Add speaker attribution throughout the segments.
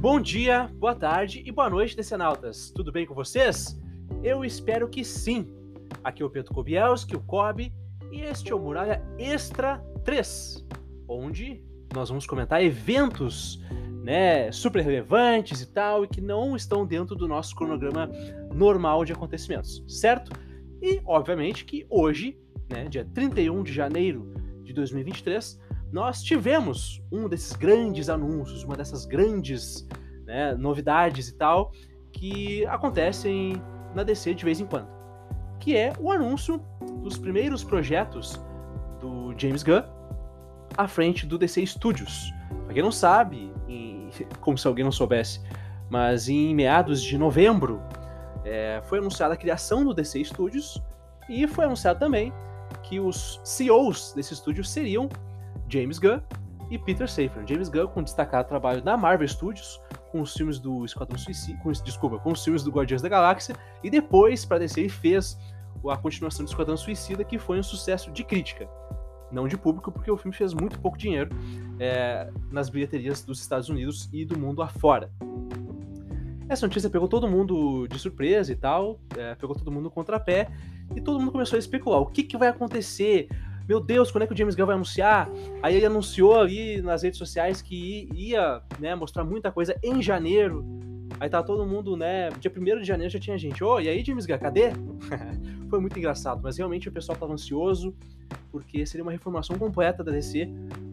Speaker 1: Bom dia, boa tarde e boa noite, decenautas. Tudo bem com vocês? Eu espero que sim. Aqui é o Pedro Kobielski, o Kobe, e este é o Muralha Extra 3, onde nós vamos comentar eventos, super relevantes e tal, e que não estão dentro do nosso cronograma normal de acontecimentos, certo? E, obviamente, que hoje, dia 31 de janeiro de 2023, nós tivemos um desses grandes anúncios, uma dessas grandes novidades e tal, que acontecem na DC de vez em quando, que é o anúncio dos primeiros projetos do James Gunn à frente do DC Studios. Pra quem não sabe, como se alguém não soubesse, mas em meados de novembro foi anunciada a criação do DC Studios e foi anunciado também que os CEOs desse estúdio seriam James Gunn e Peter Safran. James Gunn com destacado trabalho na Marvel Studios, com os filmes do Esquadrão Suicida, com os filmes do Guardiões da Galáxia, e depois, para DC, ele fez a continuação do Esquadrão Suicida, que foi um sucesso de crítica, não de público, porque o filme fez muito pouco dinheiro nas bilheterias dos Estados Unidos e do mundo afora. Essa notícia pegou todo mundo de surpresa e tal, pegou todo mundo no contrapé, e todo mundo começou a especular o que vai acontecer. Meu Deus, quando é que o James Gunn vai anunciar? Aí ele anunciou ali nas redes sociais que ia mostrar muita coisa em janeiro. Aí tá todo mundo, dia 1º de janeiro já tinha gente. E aí, James Gunn, cadê? Foi muito engraçado, mas realmente o pessoal tava ansioso, porque seria uma reformulação completa da DC.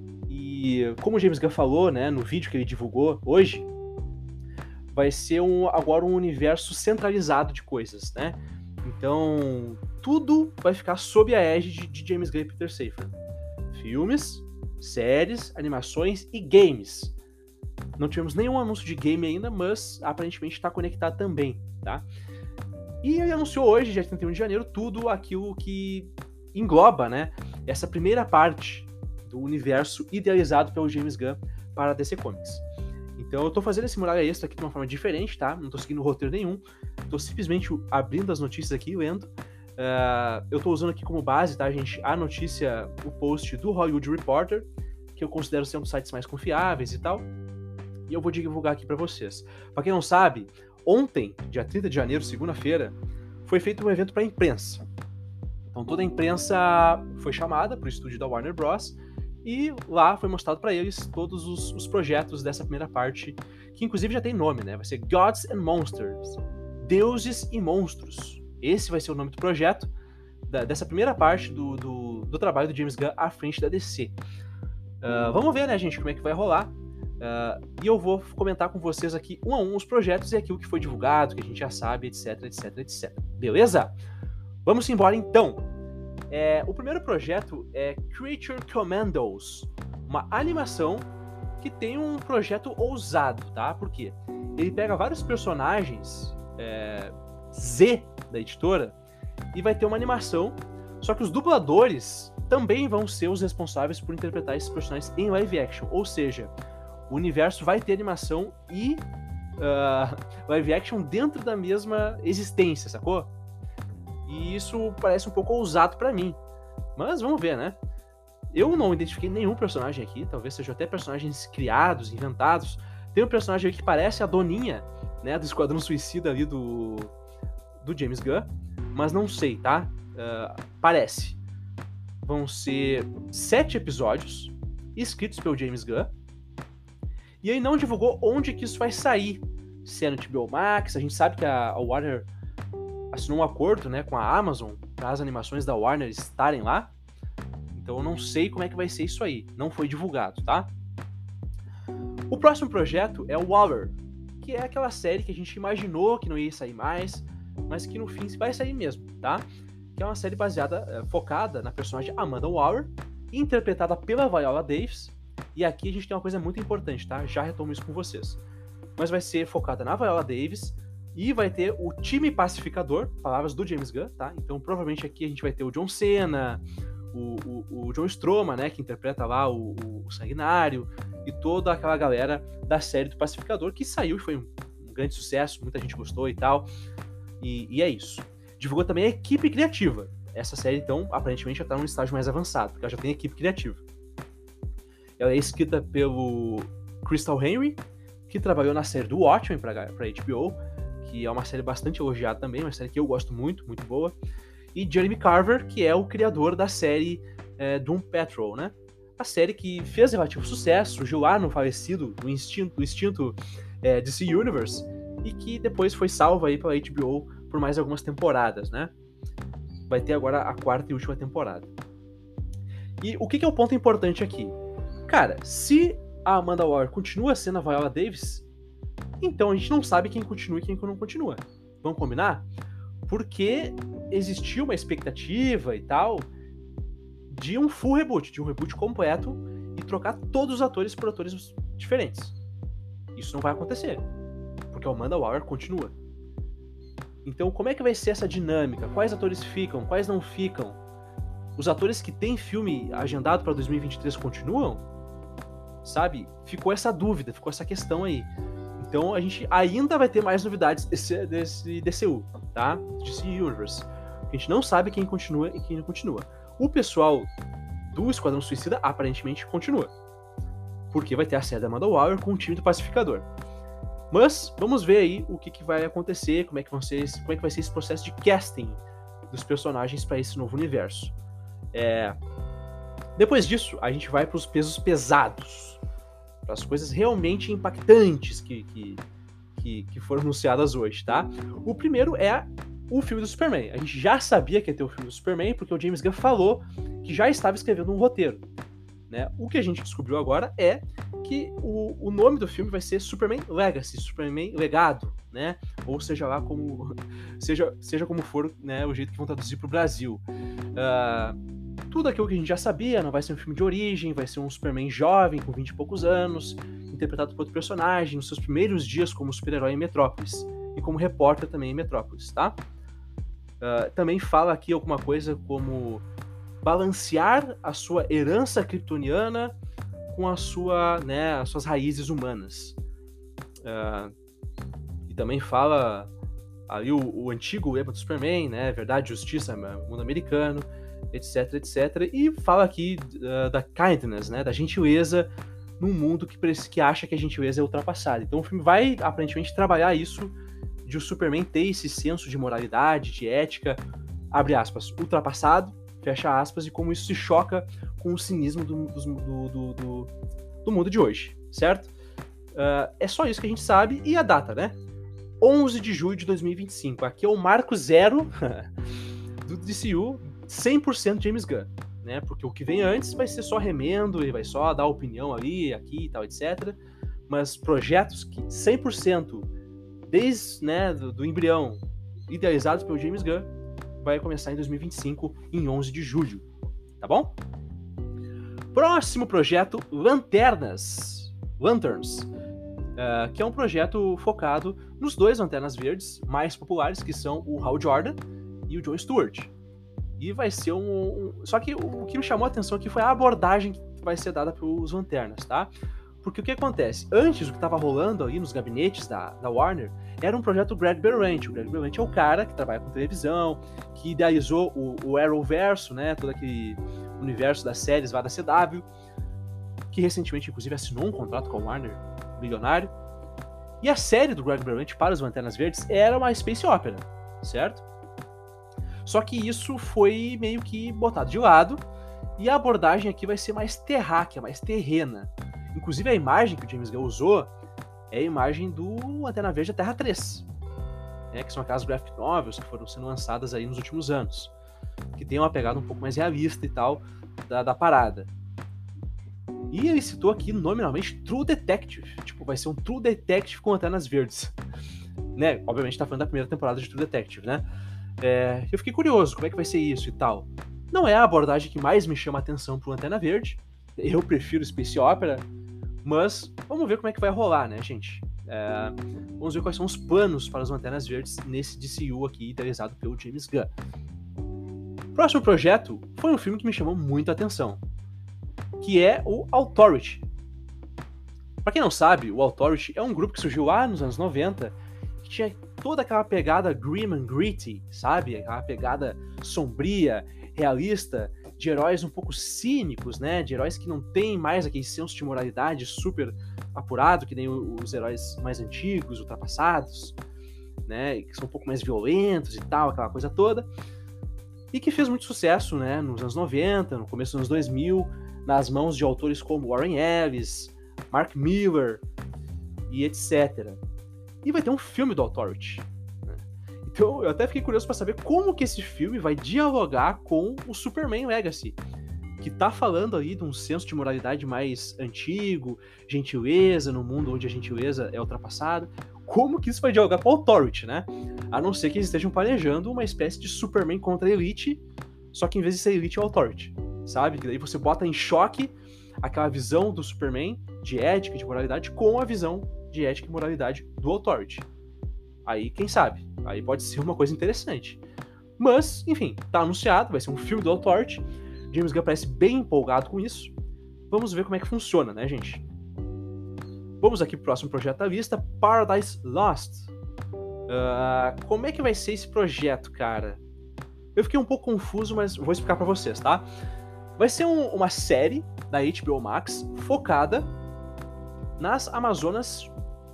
Speaker 1: E como o James Gunn falou, no vídeo que ele divulgou hoje, vai ser agora um universo centralizado de coisas, Então, tudo vai ficar sob a égide de James Gunn e Peter Safran. Filmes, séries, animações e games. Não tivemos nenhum anúncio de game ainda, mas aparentemente está conectado também, tá? E ele anunciou hoje, dia 31 de janeiro, tudo aquilo que engloba, essa primeira parte do universo idealizado pelo James Gunn para a DC Comics. Então eu tô fazendo esse Muralha Extra aqui de uma forma diferente, tá? Não tô seguindo roteiro nenhum. Tô simplesmente abrindo as notícias aqui e lendo. Eu tô usando aqui como base, tá, gente? A notícia, o post do Hollywood Reporter, que eu considero ser um dos sites mais confiáveis e tal. E eu vou divulgar aqui pra vocês. Pra quem não sabe, ontem, dia 30 de janeiro, segunda-feira, foi feito um evento pra imprensa. Então toda a imprensa foi chamada pro estúdio da Warner Bros. E lá foi mostrado para eles todos os projetos dessa primeira parte, que inclusive já tem nome, vai ser Gods and Monsters, Deuses e Monstros. Esse vai ser o nome do projeto, dessa primeira parte do trabalho do James Gunn à frente da DC. Vamos ver, gente, como é que vai rolar. E eu vou comentar com vocês aqui um a um os projetos e aquilo que foi divulgado, que a gente já sabe, etc, etc, etc. Beleza? Vamos embora então. O primeiro projeto é Creature Commandos, uma animação que tem um projeto ousado, tá? Por quê? Ele pega vários personagens Z da editora e vai ter uma animação, só que os dubladores também vão ser os responsáveis por interpretar esses personagens em live action, ou seja, o universo vai ter animação e live action dentro da mesma existência, sacou? E isso parece um pouco ousado pra mim. Mas vamos ver, Eu não identifiquei nenhum personagem aqui. Talvez sejam até personagens criados, inventados. Tem um personagem aqui que parece a doninha, do Esquadrão Suicida ali do James Gunn. Mas não sei, tá? Parece. Vão ser 7 episódios escritos pelo James Gunn. E ele não divulgou onde que isso vai sair. Se é no HBO Max. A gente sabe que a Warner assinou um acordo, com a Amazon para as animações da Warner estarem lá. Então eu não sei como é que vai ser isso aí. Não foi divulgado, tá? O próximo projeto é o Waller, que é aquela série que a gente imaginou que não ia sair mais, mas que no fim vai sair mesmo, tá? Que é uma série baseada, focada na personagem Amanda Waller, interpretada pela Viola Davis. E aqui a gente tem uma coisa muito importante, tá? Já retomo isso com vocês. Mas vai ser focada na Viola Davis. E vai ter o time pacificador, palavras do James Gunn, tá? Então provavelmente aqui a gente vai ter o John Cena, o John Stroma, que interpreta lá o Sanguinário, e toda aquela galera da série do Pacificador, que saiu e foi um grande sucesso, muita gente gostou e tal. E é isso. Divulgou também a equipe criativa. Essa série, então, aparentemente já tá num estágio mais avançado, porque ela já tem equipe criativa. Ela é escrita pelo Crystal Henry, que trabalhou na série do Watchmen pra HBO, que é uma série bastante elogiada também, uma série que eu gosto muito, muito boa. E Jeremy Carver, que é o criador da série Doom Patrol, né? A série que fez relativo sucesso, surgiu lá no falecido, no extinto DC Universe, e que depois foi salva aí pela HBO por mais algumas temporadas, né? Vai ter agora a 4ª e última temporada. E o que é o ponto importante aqui? Cara, se a Amanda Waller continua sendo a Viola Davis, então a gente não sabe quem continua e quem não continua. Vamos combinar? Porque existiu uma expectativa e tal de um full reboot, de um reboot completo e trocar todos os atores por atores diferentes. Isso não vai acontecer, porque a Amanda Waller continua. Então, como é que vai ser essa dinâmica? Quais atores ficam? Quais não ficam? Os atores que têm filme agendado para 2023 continuam? Sabe? Ficou essa dúvida, ficou essa questão aí. Então, a gente ainda vai ter mais novidades desse DCU, tá? DC Universe. A gente não sabe quem continua e quem não continua. O pessoal do Esquadrão Suicida aparentemente continua, porque vai ter a série da Amanda Waller com o time do Pacificador. Mas vamos ver aí o que vai acontecer, como é que vai ser esse processo de casting dos personagens para esse novo universo. Depois disso, a gente vai para os pesos pesados, para as coisas realmente impactantes que foram anunciadas hoje, tá? O primeiro é o filme do Superman. A gente já sabia que ia ter o filme do Superman, porque o James Gunn falou que já estava escrevendo um roteiro, né? O que a gente descobriu agora é que o nome do filme vai ser Superman Legacy, Superman Legado, né? Ou seja lá como seja como for, né, o jeito que vão traduzir para o Brasil. Tudo aquilo que a gente já sabia, não vai ser um filme de origem, vai ser um Superman jovem, com 20 e poucos anos, interpretado por outro personagem, nos seus primeiros dias como super-herói em Metrópolis, e como repórter também em Metrópolis, tá? Também fala aqui alguma coisa como balancear a sua herança kryptoniana com as suas raízes humanas. E também fala ali o antigo lema do Superman, né? Verdade, justiça, mundo americano, etc, etc. E fala aqui da kindness, né? Da gentileza num mundo que acha que a gentileza é ultrapassada. Então o filme vai, aparentemente, trabalhar isso de o Superman ter esse senso de moralidade, de ética, abre aspas, ultrapassado, fecha aspas, e como isso se choca com o cinismo do mundo de hoje, certo? É só isso que a gente sabe, e a data, né? 11 de julho de 2025. Aqui é o marco zero do DCU, 100% James Gunn, né? Porque o que vem antes vai ser só remendo, ele vai só dar opinião ali, aqui e tal, etc. Mas projetos que 100%, desde, né, do embrião, idealizados pelo James Gunn, vai começar em 2025, em 11 de julho, tá bom? Próximo projeto, Lanterns, que é um projeto focado nos 2 Lanternas Verdes mais populares, que são o Hal Jordan e o John Stewart. E vai ser Só que o que me chamou a atenção aqui foi a abordagem que vai ser dada para os Lanternas, tá? Porque o que acontece? Antes, o que estava rolando ali nos gabinetes da Warner era um projeto do Greg Berlanti. O Greg Berlanti é o cara que trabalha com televisão, que idealizou o Arrowverso, né? Todo aquele universo das séries lá da CW, que recentemente, inclusive, assinou um contrato com a Warner, milionário. E a série do Greg Berlanti para os Lanternas Verdes era uma space opera, certo? Só que isso foi meio que botado de lado, e a abordagem aqui vai ser mais terráquea, mais terrena. Inclusive a imagem que o James Gunn usou é a imagem do Lanterna Verde da Terra 3, né, que são aquelas graphic novels que foram sendo lançadas aí nos últimos anos, que tem uma pegada um pouco mais realista e tal da parada. E ele citou aqui nominalmente True Detective, tipo, vai ser um True Detective com Lanternas Verdes, né? Obviamente tá falando da primeira temporada de True Detective, né? Eu fiquei curioso, como é que vai ser isso e tal. Não é a abordagem que mais me chama a atenção pro Lanterna Verde, eu prefiro Space Opera, mas vamos ver como é que vai rolar, né, gente? Vamos ver quais são os planos para as Lanternas Verdes nesse DCU aqui, idealizado pelo James Gunn. Próximo projeto foi um filme que me chamou muito a atenção, que é o Authority. Pra quem não sabe, o Authority é um grupo que surgiu lá nos anos 90, que tinha toda aquela pegada grim and gritty, sabe? Aquela pegada sombria, realista, de heróis um pouco cínicos, né? De heróis que não têm mais aquele senso de moralidade super apurado, que nem os heróis mais antigos, ultrapassados, né, que são um pouco mais violentos e tal, aquela coisa toda, e que fez muito sucesso, né, nos anos 90, no começo dos anos 2000, nas mãos de autores como Warren Ellis, Mark Miller e etc. E vai ter um filme do Authority. Né? Então eu até fiquei curioso para saber como que esse filme vai dialogar com o Superman Legacy, que tá falando aí de um senso de moralidade mais antigo, gentileza, no mundo onde a gentileza é ultrapassada. Como que isso vai dialogar com o Authority, né? A não ser que eles estejam planejando uma espécie de Superman contra a Elite, só que em vez de ser Elite é o Authority, sabe? Que daí você bota em choque aquela visão do Superman de ética e de moralidade com a visão de ética e moralidade do Authority. Aí, quem sabe? Aí pode ser uma coisa interessante. Mas, enfim, tá anunciado, vai ser um filme do Authority. James Gunn parece bem empolgado com isso. Vamos ver como é que funciona, né, gente? Vamos aqui pro próximo projeto da lista, Paradise Lost. Como é que vai ser esse projeto, cara? Eu fiquei um pouco confuso, mas vou explicar pra vocês, tá? Vai ser uma série da HBO Max focada nas Amazonas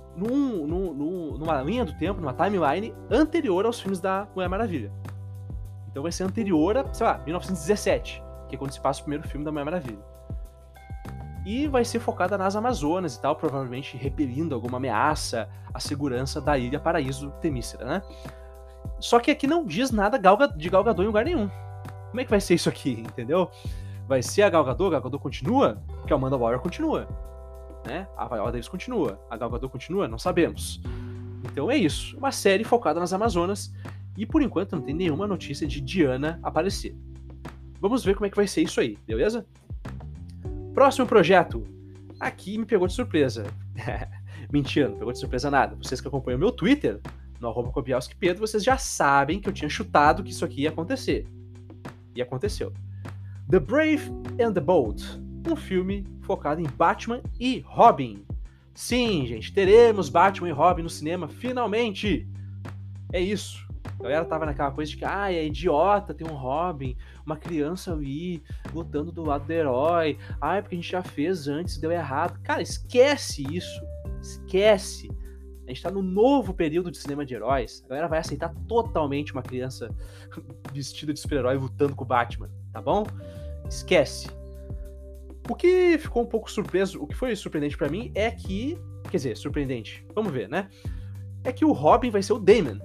Speaker 1: numa linha do tempo, numa timeline anterior aos filmes da Mulher Maravilha. Então vai ser anterior a, sei lá, 1917, que é quando se passa o primeiro filme da Mulher Maravilha. E vai ser focada nas Amazonas e tal, provavelmente repelindo alguma ameaça à segurança da Ilha Paraíso Temícera, né? Só que aqui não diz nada de Gal Gadot em lugar nenhum. Como é que vai ser isso aqui, entendeu? Vai ser a Gal Gadot continua? Porque a Amanda Waller continua, né? A Viola Davis continua, a Gal Gadot continua? Não sabemos. Então é isso, uma série focada nas Amazonas e por enquanto não tem nenhuma notícia de Diana aparecer. Vamos ver como é que vai ser isso aí, beleza? Próximo projeto. Aqui me pegou de surpresa. Mentira, não pegou de surpresa nada. Vocês que acompanham o meu Twitter, no @KobielskiPedro, vocês já sabem que eu tinha chutado que isso aqui ia acontecer. E aconteceu. The Brave and the Bold. Um filme focado em Batman e Robin. Sim, gente, teremos Batman e Robin no cinema, finalmente! É isso. A galera tava naquela coisa de que, é idiota ter um Robin, uma criança ali, lutando do lado do herói. Porque a gente já fez antes, deu errado. Cara, esquece isso. Esquece. A gente tá no novo período de cinema de heróis. A galera vai aceitar totalmente uma criança vestida de super-herói lutando com o Batman, tá bom? Esquece. O que ficou um pouco surpreso, o que foi surpreendente pra mim é que... Quer dizer, surpreendente. Vamos ver, né? É que o Robin vai ser o Damon.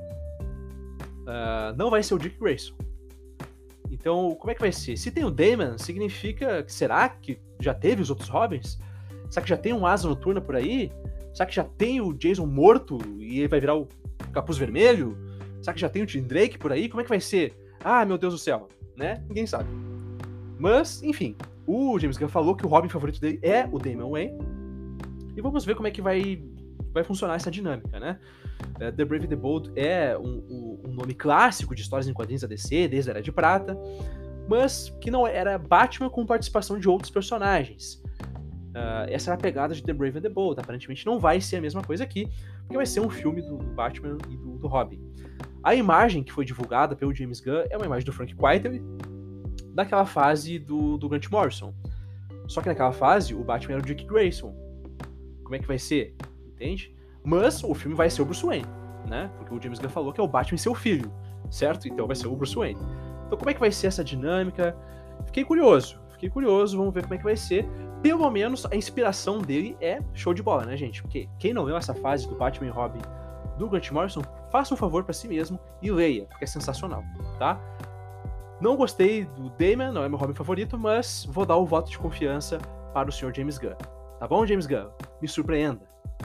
Speaker 1: Não vai ser o Dick Grayson. Então, como é que vai ser? Se tem o Damon, significa... Será que já teve os outros Robins? Será que já tem um Asa Noturna por aí? Será que já tem o Jason morto e ele vai virar o Capuz Vermelho? Será que já tem o Tim Drake por aí? Como é que vai ser? Meu Deus do céu, né? Ninguém sabe. Mas, enfim, o James Gunn falou que o Robin favorito dele é o Damian Wayne. E vamos ver como é que vai funcionar essa dinâmica, né? The Brave and the Bold é um nome clássico de histórias em quadrinhos da DC, desde a Era de Prata, mas que não era Batman com participação de outros personagens. Essa era a pegada de The Brave and the Bold. Aparentemente não vai ser a mesma coisa aqui, porque vai ser um filme do Batman e do Robin. A imagem que foi divulgada pelo James Gunn é uma imagem do Frank Quitely, daquela fase do Grant Morrison. Só que naquela fase, o Batman era o Dick Grayson. Como é que vai ser? Entende? Mas o filme vai ser o Bruce Wayne, né? Porque o James Gunn falou que é o Batman e seu filho, certo? Então vai ser o Bruce Wayne. Então como é que vai ser essa dinâmica? Fiquei curioso, vamos ver como é que vai ser. Pelo menos a inspiração dele é show de bola, né, gente? Porque quem não leu essa fase do Batman e Robin do Grant Morrison, faça um favor pra si mesmo e leia, porque é sensacional, tá? Não gostei do Damian, não é meu Robin favorito, mas vou dar o voto de confiança para o Sr. James Gunn. Tá bom, James Gunn? Me surpreenda.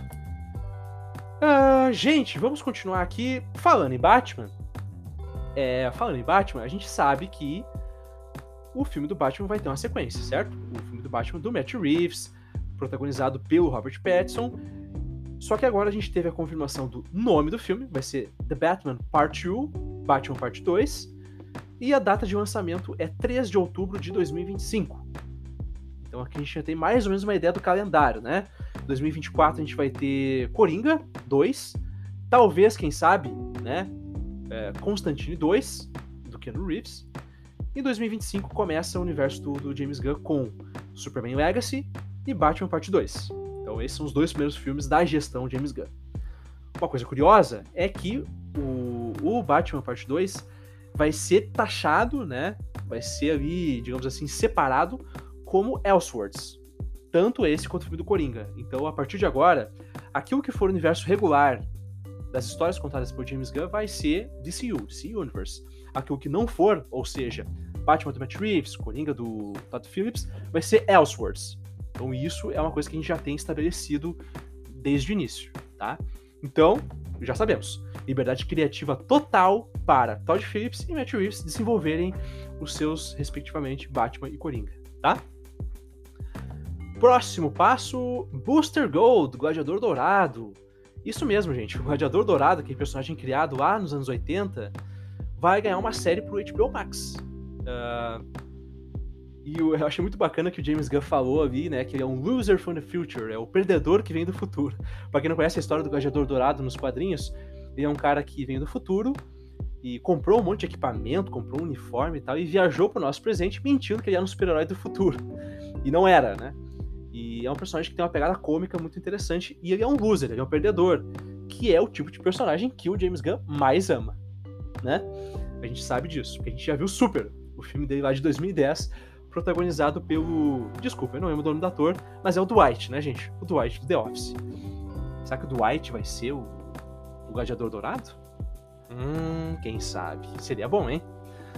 Speaker 1: Gente, vamos continuar aqui falando em Batman. A gente sabe que o filme do Batman vai ter uma sequência, certo? O filme do Batman do Matt Reeves, protagonizado pelo Robert Pattinson. Só que agora a gente teve a confirmação do nome do filme, vai ser The Batman Part 2, Batman Parte 2, e a data de lançamento é 3 de outubro de 2025. Então aqui a gente já tem mais ou menos uma ideia do calendário, né? 2024 a gente vai ter Coringa 2, talvez, quem sabe, né? Constantine 2, do Keanu Reeves. Em 2025 começa o universo do James Gunn com Superman Legacy e Batman Parte 2, Então esses são os 2 primeiros filmes da gestão James Gunn. Uma coisa curiosa é que o Batman Parte 2 vai ser taxado, né? Vai ser ali, digamos assim, separado como Elseworlds. Tanto esse quanto o filme do Coringa. Então, a partir de agora, aquilo que for o universo regular das histórias contadas por James Gunn vai ser DCU, DC Universe. Aquilo que não for, ou seja, Batman do Matt Reeves, Coringa do Todd Phillips, vai ser Elseworlds. Então isso é uma coisa que a gente já tem estabelecido desde o início, tá? Então, já sabemos, liberdade criativa total para Todd Phillips e Matt Reeves desenvolverem os seus, respectivamente, Batman e Coringa, tá? Próximo passo, Booster Gold, Gladiador Dourado. Isso mesmo, gente, o Gladiador Dourado, aquele personagem criado lá nos anos 80, vai ganhar uma série pro HBO Max. E eu achei muito bacana que o James Gunn falou ali, né, que ele é um loser from the future, é o perdedor que vem do futuro. Pra quem não conhece a história do Gladiador Dourado nos quadrinhos, ele é um cara que vem do futuro e comprou um monte de equipamento, comprou um uniforme e tal, e viajou pro nosso presente mentindo que ele era um super-herói do futuro. E não era, né? E é um personagem que tem uma pegada cômica muito interessante, e ele é um loser, ele é um perdedor, que é o tipo de personagem que o James Gunn mais ama, né? A gente sabe disso, porque a gente já viu Super, o filme dele lá de 2010, protagonizado pelo... Desculpa, eu não lembro o nome do ator, mas é o Dwight, né, gente? O Dwight do The Office. Será que o Dwight vai ser o Gladiador Dourado? Quem sabe? Seria bom, hein?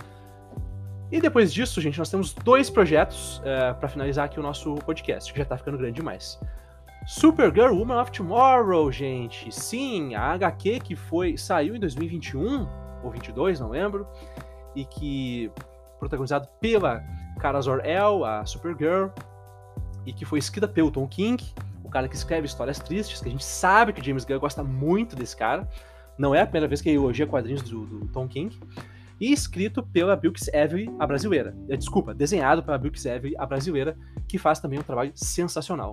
Speaker 1: E depois disso, gente, nós temos 2 projetos pra finalizar aqui o nosso podcast, que já tá ficando grande demais. Supergirl Woman of Tomorrow, gente. Sim, a HQ que saiu em 2021, ou 22, não lembro, e que protagonizado pela Kara Zor-El, a Supergirl, e que foi escrita pelo Tom King, o cara que escreve histórias tristes, que a gente sabe que o James Gunn gosta muito desse cara. Não é a primeira vez que ele elogia quadrinhos do Tom King. E escrito pela Wilkes Avery, a brasileira. Desculpa, desenhado pela Wilkes Avery, a brasileira, que faz também um trabalho sensacional.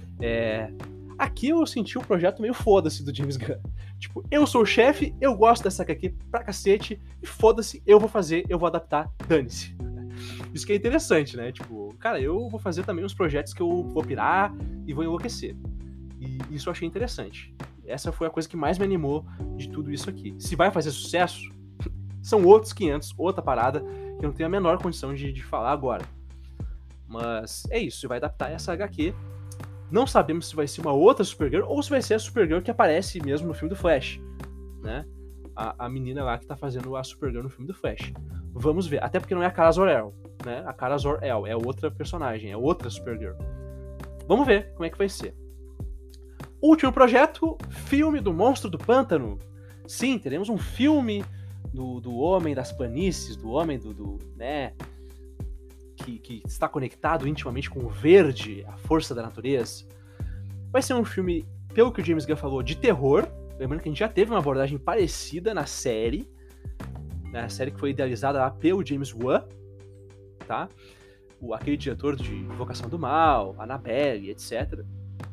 Speaker 1: Aqui eu senti um projeto meio foda-se do James Gunn. Tipo, eu sou o chefe, eu gosto dessa HQ pra cacete, e foda-se, eu vou adaptar, dane-se. Isso que é interessante, né? Tipo, cara, eu vou fazer também uns projetos que eu vou pirar e vou enlouquecer. E isso eu achei interessante. Essa foi a coisa que mais me animou de tudo isso aqui. Se vai fazer sucesso, são outros 500, outra parada, que eu não tenho a menor condição de falar agora. Mas é isso, se vai adaptar essa HQ. Não sabemos se vai ser uma outra Supergirl ou se vai ser a Supergirl que aparece mesmo no filme do Flash, né? A menina lá que tá fazendo a Supergirl no filme do Flash. Vamos ver, até porque não é a Kara Zor-El, né? A Kara Zor-El é outra personagem, é outra Supergirl. Vamos ver como é que vai ser. Último projeto, filme do Monstro do Pântano. Sim, teremos um filme do Homem das Planícies, do Homem né, que está conectado intimamente com o verde, a força da natureza. Vai ser um filme, pelo que o James Gunn falou, de terror. Lembrando que a gente já teve uma abordagem parecida na série, né, a série que foi idealizada lá pelo James Wan, tá? Aquele diretor de Invocação do Mal, Annabelle, etc.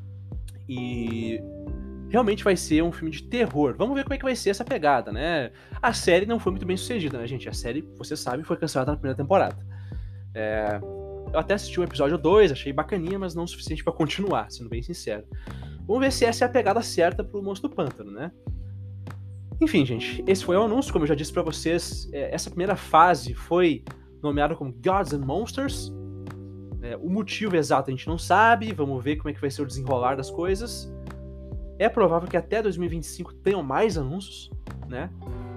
Speaker 1: E realmente vai ser um filme de terror. Vamos ver como é que vai ser essa pegada, né? A série não foi muito bem sucedida, né, gente? A série, você sabe, foi cancelada na primeira temporada. Eu até assisti o episódio 2, achei bacaninha, mas não o suficiente pra continuar, sendo bem sincero. Vamos ver se essa é a pegada certa pro Monstro do Pântano, né? Enfim, gente, esse foi o anúncio, como eu já disse pra vocês. Essa primeira fase foi nomeada como Gods and Monsters. O motivo exato a gente não sabe, vamos ver como é que vai ser o desenrolar das coisas. É provável que até 2025 tenham mais anúncios, né?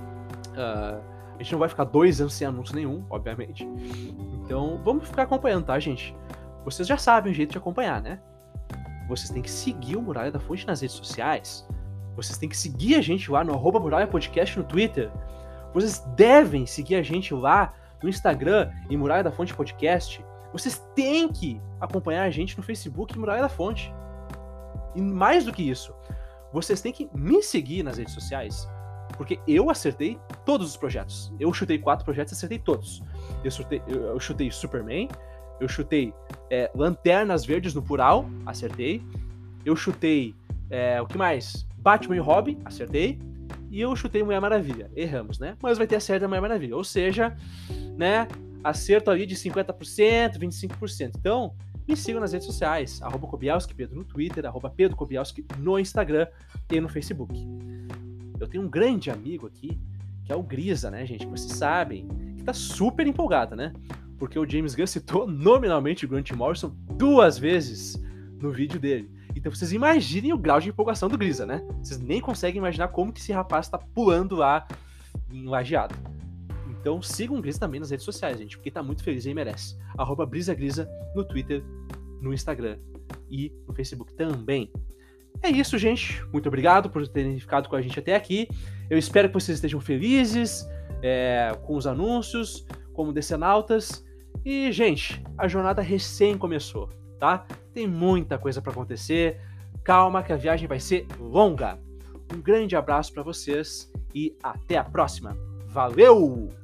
Speaker 1: A gente não vai ficar 2 anos sem anúncio nenhum, obviamente. Então, vamos ficar acompanhando, tá, gente? Vocês já sabem o jeito de acompanhar, né? Vocês têm que seguir o Muralha da Fonte nas redes sociais. Vocês têm que seguir a gente lá no @Muralha Podcast no Twitter. Vocês devem seguir a gente lá no Instagram, em Muralha da Fonte Podcast. Vocês têm que acompanhar a gente no Facebook, Muralha da Fonte. E mais do que isso, vocês têm que me seguir nas redes sociais, porque eu acertei todos os projetos. Eu chutei 4 projetos e acertei todos. Eu chutei Superman, eu chutei Lanternas Verdes no Plural, acertei. Eu chutei, o que mais? Batman e Robin, acertei. E eu chutei Mulher Maravilha. Erramos, né? Mas vai ter acerto da Mulher Maravilha. Ou seja, né, acerto ali de 50%, 25%. Então, E sigam nas redes sociais, @KobielskiPedro no Twitter, @PedroKobielski no Instagram e no Facebook. Eu tenho um grande amigo aqui, que é o Grisa, né, gente? Que vocês sabem, que tá super empolgado, né? Porque o James Gunn citou nominalmente o Grant Morrison 2 vezes no vídeo dele. Então vocês imaginem o grau de empolgação do Grisa, né? Vocês nem conseguem imaginar como que esse rapaz tá pulando lá em lajeado. Então sigam o Grisa também nas redes sociais, gente, porque tá muito feliz e merece. @BrisaGrisa no Twitter, no Instagram e no Facebook também. É isso, gente. Muito obrigado por terem ficado com a gente até aqui. Eu espero que vocês estejam felizes com os anúncios, como Decenautas. E, gente, a jornada recém começou, tá? Tem muita coisa para acontecer. Calma que a viagem vai ser longa. Um grande abraço para vocês e até a próxima. Valeu!